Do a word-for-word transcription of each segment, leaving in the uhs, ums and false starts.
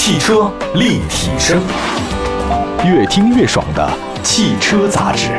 汽车立体声，越听越爽的汽车杂志。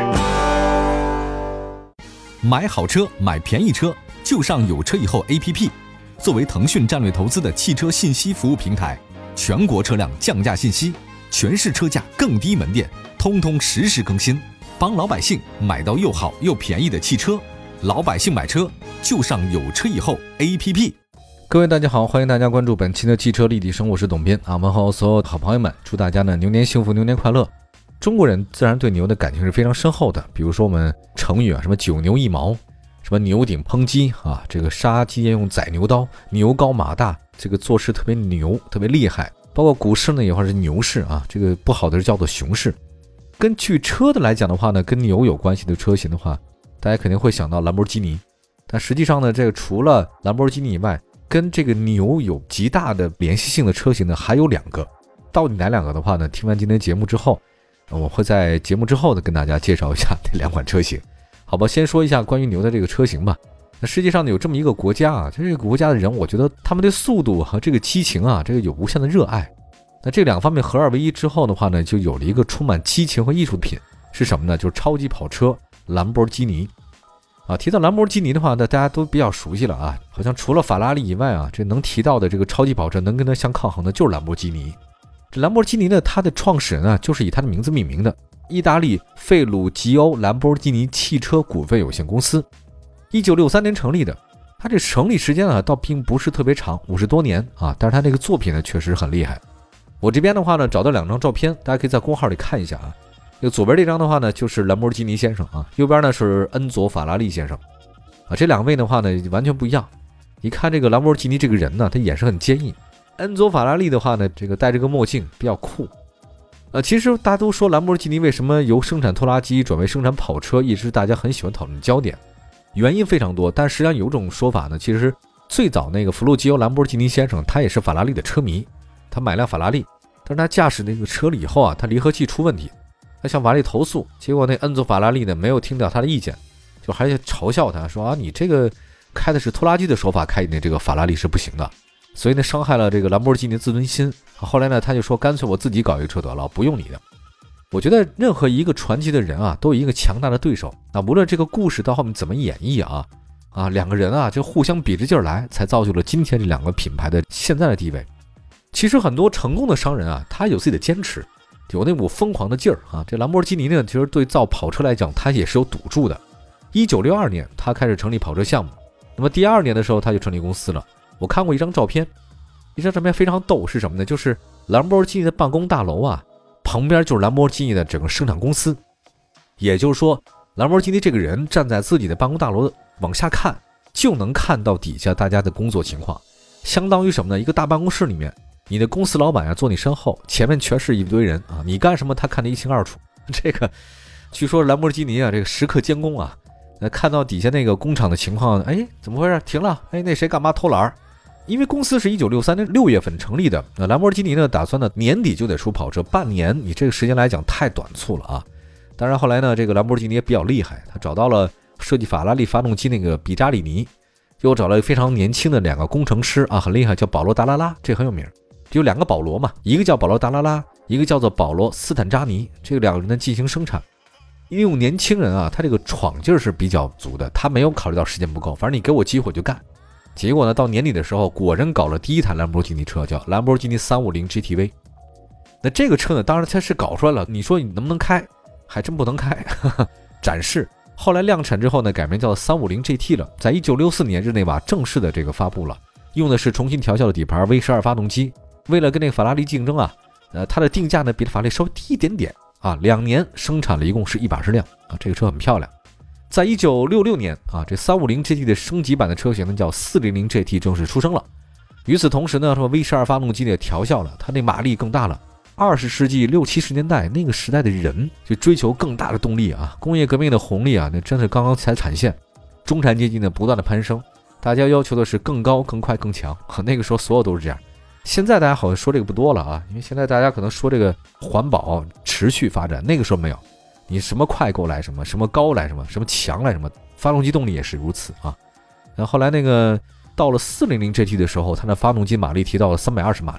买好车买便宜车就上有车以后 A P P。 作为腾讯战略投资的汽车信息服务平台，全国车辆降价信息、全市车价更低门店通通实时更新，帮老百姓买到又好又便宜的汽车。老百姓买车就上有车以后 A P P。 各位大家好，欢迎大家关注本期的汽车立体声，我是董斌啊。问候所有好朋友们，祝大家呢牛年幸福，牛年快乐。中国人自然对牛的感情是非常深厚的，比如说我们成语啊，什么九牛一毛，什么牛顶抨击啊，这个杀鸡用宰牛刀，牛高马大，这个做事特别牛，特别厉害。包括股市呢也会是牛市啊，这个不好的是叫做熊市。根据车的来讲的话呢，跟牛有关系的车型的话，大家肯定会想到兰博基尼。但实际上呢，这个除了兰博基尼以外，跟这个牛有极大的联系性的车型呢还有两个。到底哪两个的话呢，听完今天节目之后，我会在节目之后呢跟大家介绍一下这两款车型。好吧，先说一下关于牛的这个车型吧。那世界上有这么一个国家啊，这个国家的人，我觉得他们对速度和这个激情啊，这个有无限的热爱。那这两方面合二为一之后的话呢，就有了一个充满激情和艺术品，是什么呢？就是超级跑车兰博基尼啊。提到兰博基尼的话呢，大家都比较熟悉了啊，好像除了法拉利以外啊，这能提到的这个超级跑车能跟它相抗衡的就是兰博基尼。这兰博基尼呢，它的创始人啊，就是以它的名字命名的。意大利费鲁吉欧兰博基尼汽车股份有限公司，一九六三年成立的。它这成立时间啊，倒并不是特别长，五十多年啊，但是它这个作品呢，确实很厉害。我这边的话呢，找到两张照片，大家可以在公号里看一下啊。这左边这张的话呢，就是兰博基尼先生啊，右边呢是恩佐法拉利先生啊。这两位的话呢，完全不一样。一看这个兰博基尼这个人呢，他眼神很坚毅。恩佐法拉利的话呢，这个戴着个墨镜，比较酷。呃，其实大家都说兰博基尼为什么由生产拖拉机转为生产跑车，一直大家很喜欢讨论的焦点，原因非常多。但实际上有种说法呢，其实最早那个弗洛基欧兰博基尼先生，他也是法拉利的车迷，他买辆法拉利，但是他驾驶那个车了以后啊，他离合器出问题，他向法拉利投诉，结果那恩佐法拉利呢没有听到他的意见，就还嘲笑他说啊，你这个开的是拖拉机的手法开你这个法拉利是不行的。所以呢，伤害了这个兰博基尼的自尊心。后来呢，他就说干脆我自己搞一个车得了，不用你的。我觉得任何一个传奇的人啊，都有一个强大的对手。那无论这个故事到后面怎么演绎啊，啊，两个人啊就互相比着劲儿来，才造就了今天这两个品牌的现在的地位。其实很多成功的商人啊，他有自己的坚持，有那股疯狂的劲儿啊。这兰博基尼呢，其实对造跑车来讲，他也是有赌注的。一九六二年，他开始成立跑车项目。那么第二年的时候，他就成立公司了。我看过一张照片，一张照片非常逗，是什么呢？就是兰博基尼的办公大楼啊，旁边就是兰博基尼的整个生产公司。也就是说，兰博基尼这个人站在自己的办公大楼往下看，就能看到底下大家的工作情况，相当于什么呢？一个大办公室里面，你的公司老板啊坐你身后，前面全是一堆人啊，你干什么他看得一清二楚。这个据说兰博基尼啊，这个时刻监工啊，看到底下那个工厂的情况，哎，怎么回事？停了，哎，那谁干嘛偷懒？因为公司是一九六三年六月份成立的，那兰博基尼呢打算呢年底就得出跑车，半年你这个时间来讲太短促了啊。当然后来呢，这个兰博基尼也比较厉害，他找到了设计法拉利发动机那个比扎里尼，又找了非常年轻的两个工程师啊，很厉害，叫保罗达拉拉，这很有名。有两个保罗嘛，一个叫保罗达拉拉，一个叫做保罗斯坦扎尼，这两个人呢进行生产。因为用年轻人啊，他这个闯劲儿是比较足的，他没有考虑到时间不够，反正你给我机会就干。结果呢，到年底的时候，果然搞了第一台兰博基尼车，叫兰博基尼三五零 G T V。那这个车呢，当然它是搞出来了，你说你能不能开？还真不能开，呵呵，展示。后来量产之后呢，改名叫三五零 G T 了，在一九六四年日内瓦正式的这个发布了，用的是重新调校的底盘 V 十二 发动机。为了跟那个法拉利竞争啊，呃，它的定价呢比法拉利稍微低一点点啊，两年生产了一共是一百二十辆啊，这个车很漂亮。在一九六六年啊，这三五零 G T 的升级版的车型呢叫四零零 G T 正式出生了。与此同时呢，说 V 十二 发动机也调校了，它那马力更大了。二十世纪六七十年代那个时代的人就追求更大的动力啊，工业革命的红利啊，那真是刚刚才产线，中产阶级呢不断的攀升，大家要求的是更高、更快、更强。那个时候所有都是这样。现在大家好像说这个不多了啊，因为现在大家可能说这个环保持续发展，那个时候没有。你什么快给我来什么，什么高来什么，什么强来什么，发动机动力也是如此啊。然后后来那个到了四零零 G T 的时候，它的发动机马力提到了三百二十马力，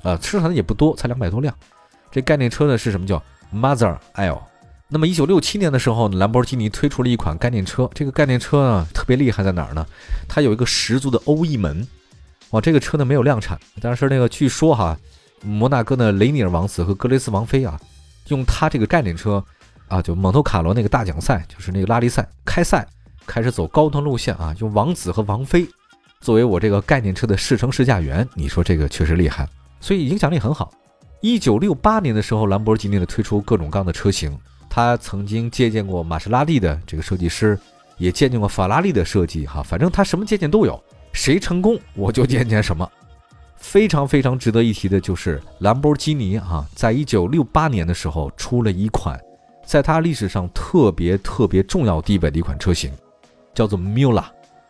啊，生产的也不多，才两百多辆。这概念车呢是什么叫 Mother L。那么一九六七年的时候呢，兰博基尼推出了一款概念车。这个概念车呢特别厉害在哪儿呢？它有一个十足的欧翼门。哇，这个车呢没有量产，但是那个据说哈，摩纳哥的雷尼尔王子和格雷斯王妃啊，用他这个概念车啊，就蒙特卡罗那个大奖赛，就是那个拉力赛开赛，开始走高端路线啊，用王子和王妃作为我这个概念车的试乘试驾员。你说这个确实厉害，所以影响力很好。一九六八年的时候，兰博基尼呢推出各种各样的车型。他曾经借鉴过玛莎拉蒂的这个设计师，也借鉴过法拉利的设计哈，反正他什么借鉴都有，谁成功我就借鉴什么。非常非常值得一提的就是兰博基尼哈，在一九六八年的时候出了一款在它历史上特别特别重要地位的一款车型，叫做 Miura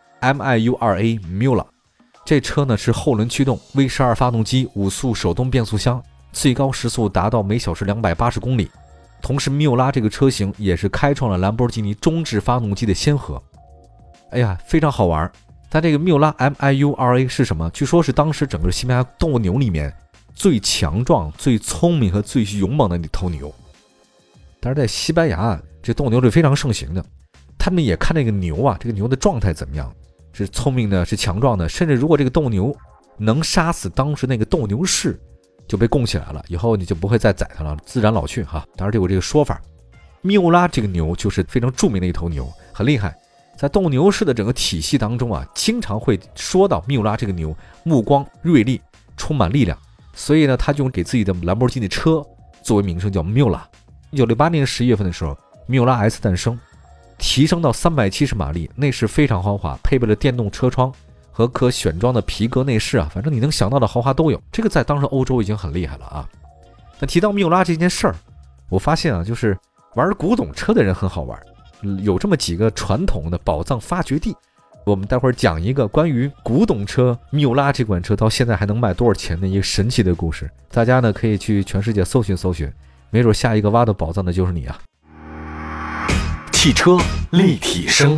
M I U R A Miura。 这车呢是后轮驱动 V 十二 发动机，五速手动变速箱，最高时速达到每小时两百八十公里。同时缪拉这个车型也是开创了兰博基尼中置发动机的先河。哎呀，非常好玩。它这个缪拉 M I U R A 是什么？据说是当时整个西班牙斗牛里面最强壮、最聪明和最勇猛的那头牛。但是在西班牙这斗牛是非常盛行的，他们也看那个牛啊，这个牛的状态怎么样，是聪明的，是强壮的，甚至如果这个斗牛能杀死当时那个斗牛士，就被供起来了，以后你就不会再宰它了，自然老去哈。当然这有这个说法。缪拉这个牛就是非常著名的一头牛，很厉害。在斗牛士的整个体系当中啊，经常会说到缪拉这个牛目光锐利，充满力量，所以呢，他就给自己的兰博基尼车作为名称叫缪拉。一九六八年十一月份的时候，缪拉 S 诞生，提升到三百七十马力，内饰非常豪华，配备了电动车窗和可选装的皮革内饰啊，反正你能想到的豪华都有。这个在当时欧洲已经很厉害了啊。那提到缪拉这件事儿，我发现啊，就是玩古董车的人很好玩，有这么几个传统的宝藏发掘地。我们待会儿讲一个关于古董车缪拉这款车到现在还能卖多少钱的一个神奇的故事。大家呢可以去全世界搜寻搜寻，没准下一个挖到宝藏的就是你啊。 汽车立体声。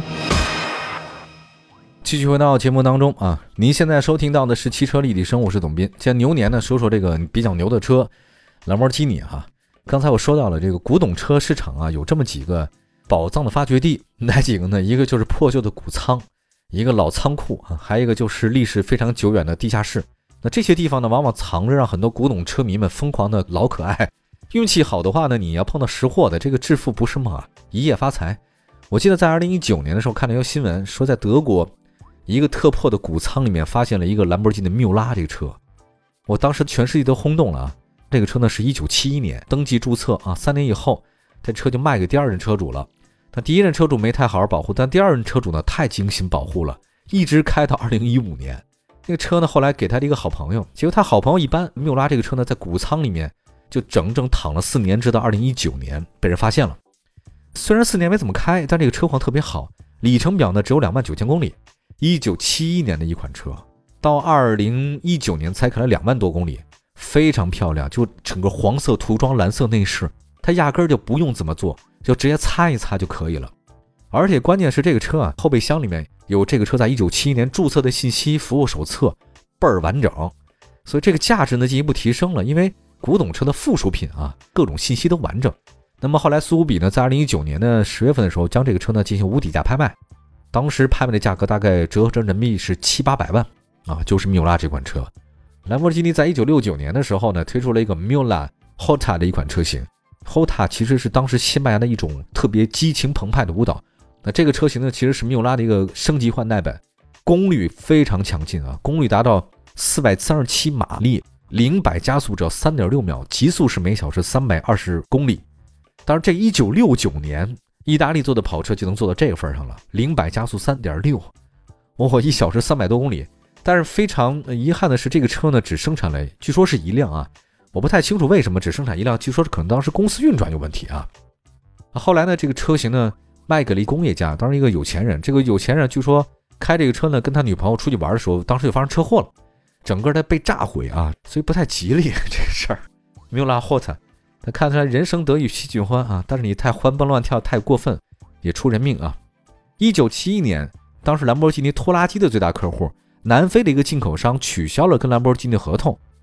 继续回到节目当中啊，您现在收听到的是汽车立体声，我是董斌。既然牛年呢，说说这个比较牛的车，兰博基尼哈。刚才我说到了这个古董车市场啊，有这么几个宝藏的发掘地，哪几个呢？一个就是破旧的谷仓，一个老仓库啊，还有一个就是历史非常久远的地下室。那这些地方呢，往往藏着让很多古董车迷们疯狂的老可爱。运气好的话呢，你要碰到识货的，这个致富不是梦啊，一夜发财。我记得在二零一九年的时候看了一条新闻，说在德国一个特破的谷仓里面发现了一个兰博基尼的缪拉这个车，我当时全世界都轰动了啊！这个车呢是一九七一年登记注册啊，三年以后这车就卖给第二任车主了。但第一任车主没太好好保护，但第二任车主呢太精心保护了，一直开到二零一五年。那个车呢后来给他的一个好朋友，结果他好朋友一般，缪拉这个车呢在谷仓里面就整整躺了四年，直到二零一九年被人发现了。虽然四年没怎么开，但这个车况特别好，里程表呢只有两万九千公里。一九七一年的一款车，到二零一九年才开了两万多公里，非常漂亮，就整个黄色涂装，蓝色内饰，它压根儿就不用怎么做，就直接擦一擦就可以了。而且关键是这个车啊，后备箱里面有这个车在一九七一年注册的信息服务手册，倍儿完整，所以这个价值呢进一步提升了，因为古董车的附属品啊，各种信息都完整。那么后来苏富比呢，在二零一九年的十月份的时候，将这个车呢进行无底价拍卖。当时拍卖的价格大概折合成人民币是七八百万啊，就是缪拉这款车。兰博基尼在一九六九年的时候呢，推出了一个 Miura Hota 的一款车型。Hota 其实是当时西班牙的一种特别激情澎湃的舞蹈。那这个车型呢，其实是缪拉的一个升级换代版，功率非常强劲啊，功率达到四百三十七马力，零百加速只要 三点六秒，极速是每小时三百二十公里。当然这一九六九年意大利做的跑车就能做到这个份上了，零百加速 三点六， 哦，一小时三百多公里。但是非常遗憾的是，这个车呢只生产了，据说是一辆啊，我不太清楚为什么只生产一辆，据说是可能当时公司运转有问题啊。后来呢，这个车型呢卖给了一工业家，当时一个有钱人，这个有钱人据说开这个车呢跟他女朋友出去玩的时候，当时就发生车祸了，整个的被炸毁啊，所以不太吉利这个事儿。缪拉霍特他看出来人生得意须尽欢啊，但是你太欢蹦乱跳太过分也出人命啊。一九七一年，当时兰博基尼拖拉机的最大客户南非的一个进口商取消了跟兰博基尼的合同，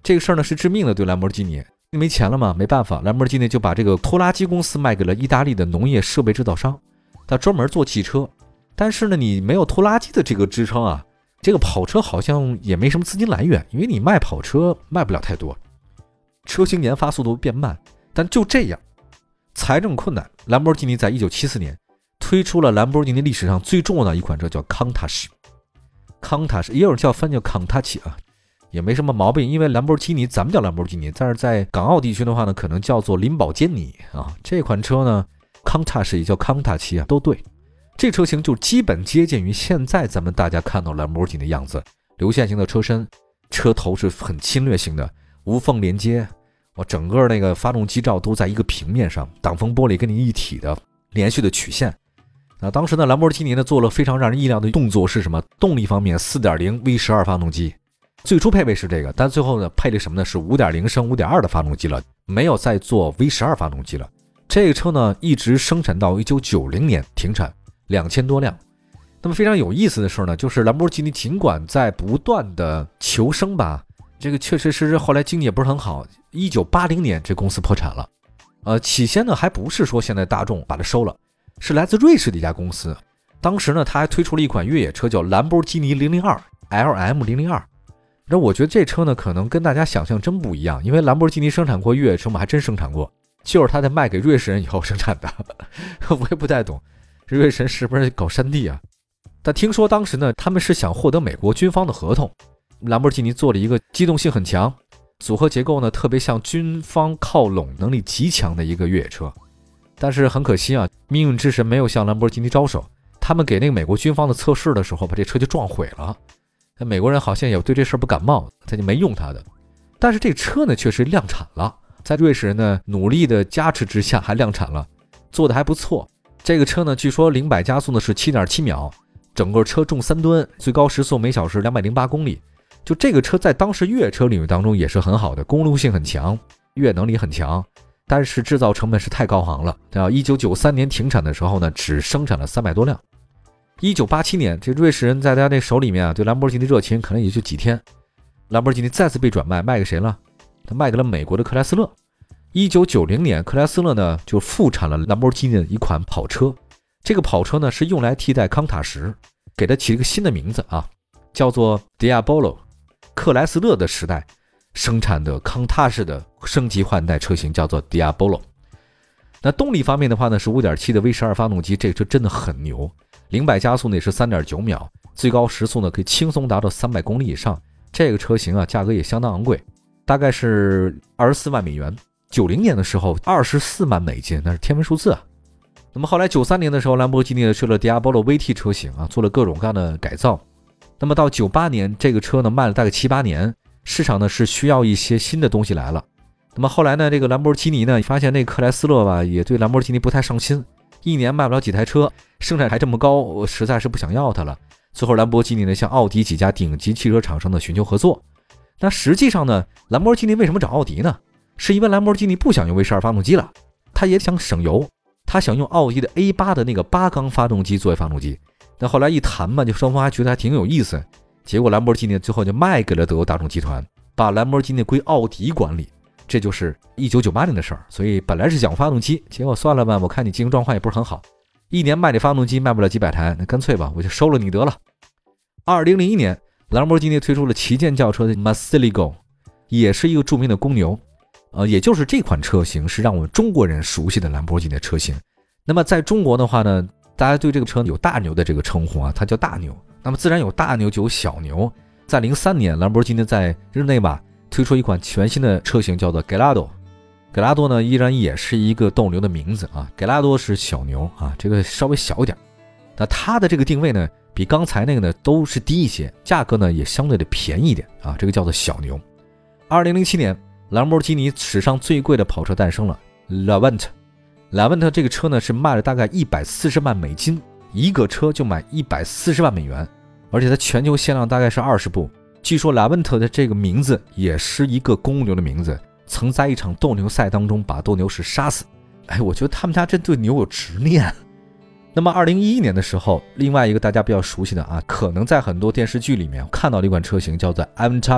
这个事儿呢是致命的，对兰博基尼，没钱了嘛，没办法，兰博基尼就把这个拖拉机公司卖给了意大利的农业设备制造商，他专门做汽车。但是呢，你没有拖拉机的这个支撑啊，这个跑车好像也没什么资金来源，因为你卖跑车卖不了太多，车型研发速度变慢。但就这样，财政困难，兰博基尼在一九七四年推出了兰博基尼历史上最重要的一款车，叫康塔什。康塔什也有人叫翻叫康塔奇啊，也没什么毛病，因为兰博基尼咱们叫兰博基尼，但是在港澳地区的话呢，可能叫做林宝坚尼啊。这款车呢，康塔什也叫康塔奇啊，都对。这车型就基本接近于现在咱们大家看到兰博基尼的样子，流线型的车身，车头是很侵略性的，无缝连接，我整个那个发动机罩都在一个平面上，挡风玻璃跟你一体的连续的曲线。那当时呢，兰博基尼呢做了非常让人意料的动作是什么？动力方面 四点零 V 十二 发动机，最初配备是这个，但最后呢配的什么呢？是 五点零 升 五点二 的发动机了，没有再做 V 十二 发动机了。这个车呢一直生产到一九九零年停产，两千多辆。那么非常有意思的事呢，就是兰博基尼尽管在不断的求生吧，这个确实是后来经济也不是很好。一九八零年这公司破产了。呃，起先呢还不是说现在大众把它收了，是来自瑞士的一家公司。当时呢他还推出了一款越野车叫兰博基尼零零二 L M 零零二。那我觉得这车呢可能跟大家想象真不一样，因为兰博基尼生产过越野车嘛，还真生产过，就是他在卖给瑞士人以后生产的。我也不太懂瑞士人是不是搞山地啊？但听说当时呢他们是想获得美国军方的合同，兰博基尼做了一个机动性很强，组合结构呢特别向军方靠拢，能力极强的一个越野车。但是很可惜啊，命运之神没有向兰博基尼招手，他们给那个美国军方的测试的时候把这车就撞毁了。那美国人好像也对这事不感冒，他就没用它的。但是这车呢确实量产了，在瑞士人的努力的加持之下还量产了，做的还不错。这个车呢据说零百加速呢是 七点七秒，整个车重三吨，最高时速每小时两百零八公里。就这个车在当时越野车领域当中也是很好的，公路性很强，越野能力很强，但是制造成本是太高昂了。一九九三年停产的时候呢，只生产了三百多辆。一九八七年，这瑞士人在他那手里面啊，对兰博基尼热情可能也就几天。兰博基尼再次被转卖，卖给谁了？他卖给了美国的克莱斯勒。一九九零年，克莱斯勒呢就复产了兰博基尼的一款跑车。这个跑车呢是用来替代康塔什，给它起了一个新的名字啊，叫做 Diabolo。克莱斯勒的时代生产的康塔什的升级换代车型叫做 Diabolo。 那动力方面的话呢是 五点七 的 V 十二 发动机，这个车真的很牛，零百加速呢也是 三点九秒，最高时速呢可以轻松达到三百公里以上。这个车型啊价格也相当昂贵，大概是二十四万美元，九零年的时候二十四万美金，那是天文数字啊。那么后来九三年的时候，兰博基尼出了 Diabolo V T 车型啊，做了各种各样的改造。那么到九八年，这个车呢卖了大概七八年，市场呢是需要一些新的东西来了。那么后来呢，这个兰博基尼呢发现那个克莱斯勒吧也对兰博基尼不太上心，一年卖不了几台车，生产还这么高，我实在是不想要它了。最后兰博基尼呢向奥迪几家顶级汽车厂商呢寻求合作。那实际上呢，兰博基尼为什么找奥迪呢？是因为兰博基尼不想用 V 十二 发动机了，他也想省油，他想用奥迪的 A 八 的那个八缸发动机作为发动机。那后来一谈嘛，就双方还觉得还挺有意思，结果兰博基尼最后就卖给了德国大众集团，把兰博基尼归奥迪管理，这就是一九九八年的事儿。所以本来是想发动机，结果算了吧，我看你经营状况也不是很好，一年卖这发动机卖不了几百台，那干脆吧，我就收了你得了。二零零一年，兰博基尼推出了旗舰轿车的 Murcielago， 也是一个著名的公牛，呃，也就是这款车型是让我们中国人熟悉的兰博基尼的车型。那么在中国的话呢，大家对这个车有大牛的这个称呼啊，它叫大牛。那么自然有大牛就有小牛。在零三年，兰博基尼在日内瓦推出一款全新的车型，叫做 Gallardo。格拉多呢依然也是一个斗牛的名字啊，格拉多是小牛啊，这个稍微小一点。那它的这个定位呢，比刚才那个呢都是低一些，价格呢也相对的便宜一点啊，这个叫做小牛。二零零七年，兰博基尼史上最贵的跑车诞生了 Lavante。Lavante 这个车呢是卖了大概一百四十万美金，一个车就买一百四十万美元，而且它全球限量大概是二十部。据说 Lavante 的这个名字也是一个公牛的名字，曾在一场斗牛赛当中把斗牛士杀死。哎，我觉得他们家真对牛有执念。那么二零一一年的时候，另外一个大家比较熟悉的啊，可能在很多电视剧里面看到的一款车型叫做 Aventador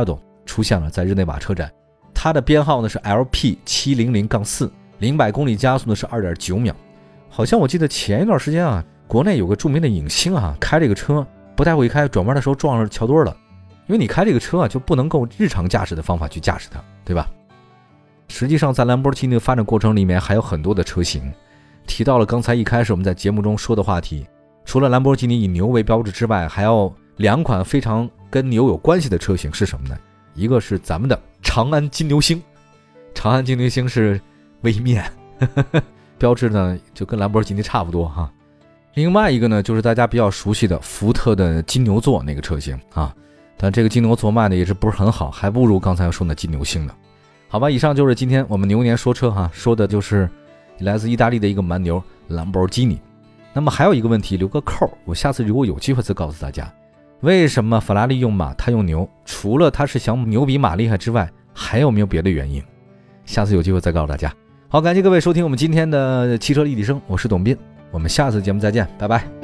出现了在日内瓦车展，它的编号呢是 L P 七零零 四， 零百公里加速呢是 二点九秒。好像我记得前一段时间啊，国内有个著名的影星啊，开这个车不太会开，转弯的时候撞上桥墩了。因为你开这个车啊，就不能够日常驾驶的方法去驾驶它，对吧？实际上在兰博基尼的发展过程里面还有很多的车型，提到了刚才一开始我们在节目中说的话题，除了兰博基尼以牛为标志之外，还有两款非常跟牛有关系的车型是什么呢？一个是咱们的长安金牛星，长安金牛星是微面标志呢就跟兰博基尼差不多哈。另外一个呢就是大家比较熟悉的福特的金牛座那个车型啊，但这个金牛座卖的也是不是很好，还不如刚才说的金牛星呢。好吧，以上就是今天我们牛年说车哈，说的就是来自意大利的一个蛮牛兰博基尼。那么还有一个问题留个扣，我下次如果有机会再告诉大家，为什么法拉利用马它用牛，除了它是想牛比马厉害之外，还有没有别的原因？下次有机会再告诉大家。好，感谢各位收听我们今天的汽车立体声，我是董斌，我们下次节目再见，拜拜。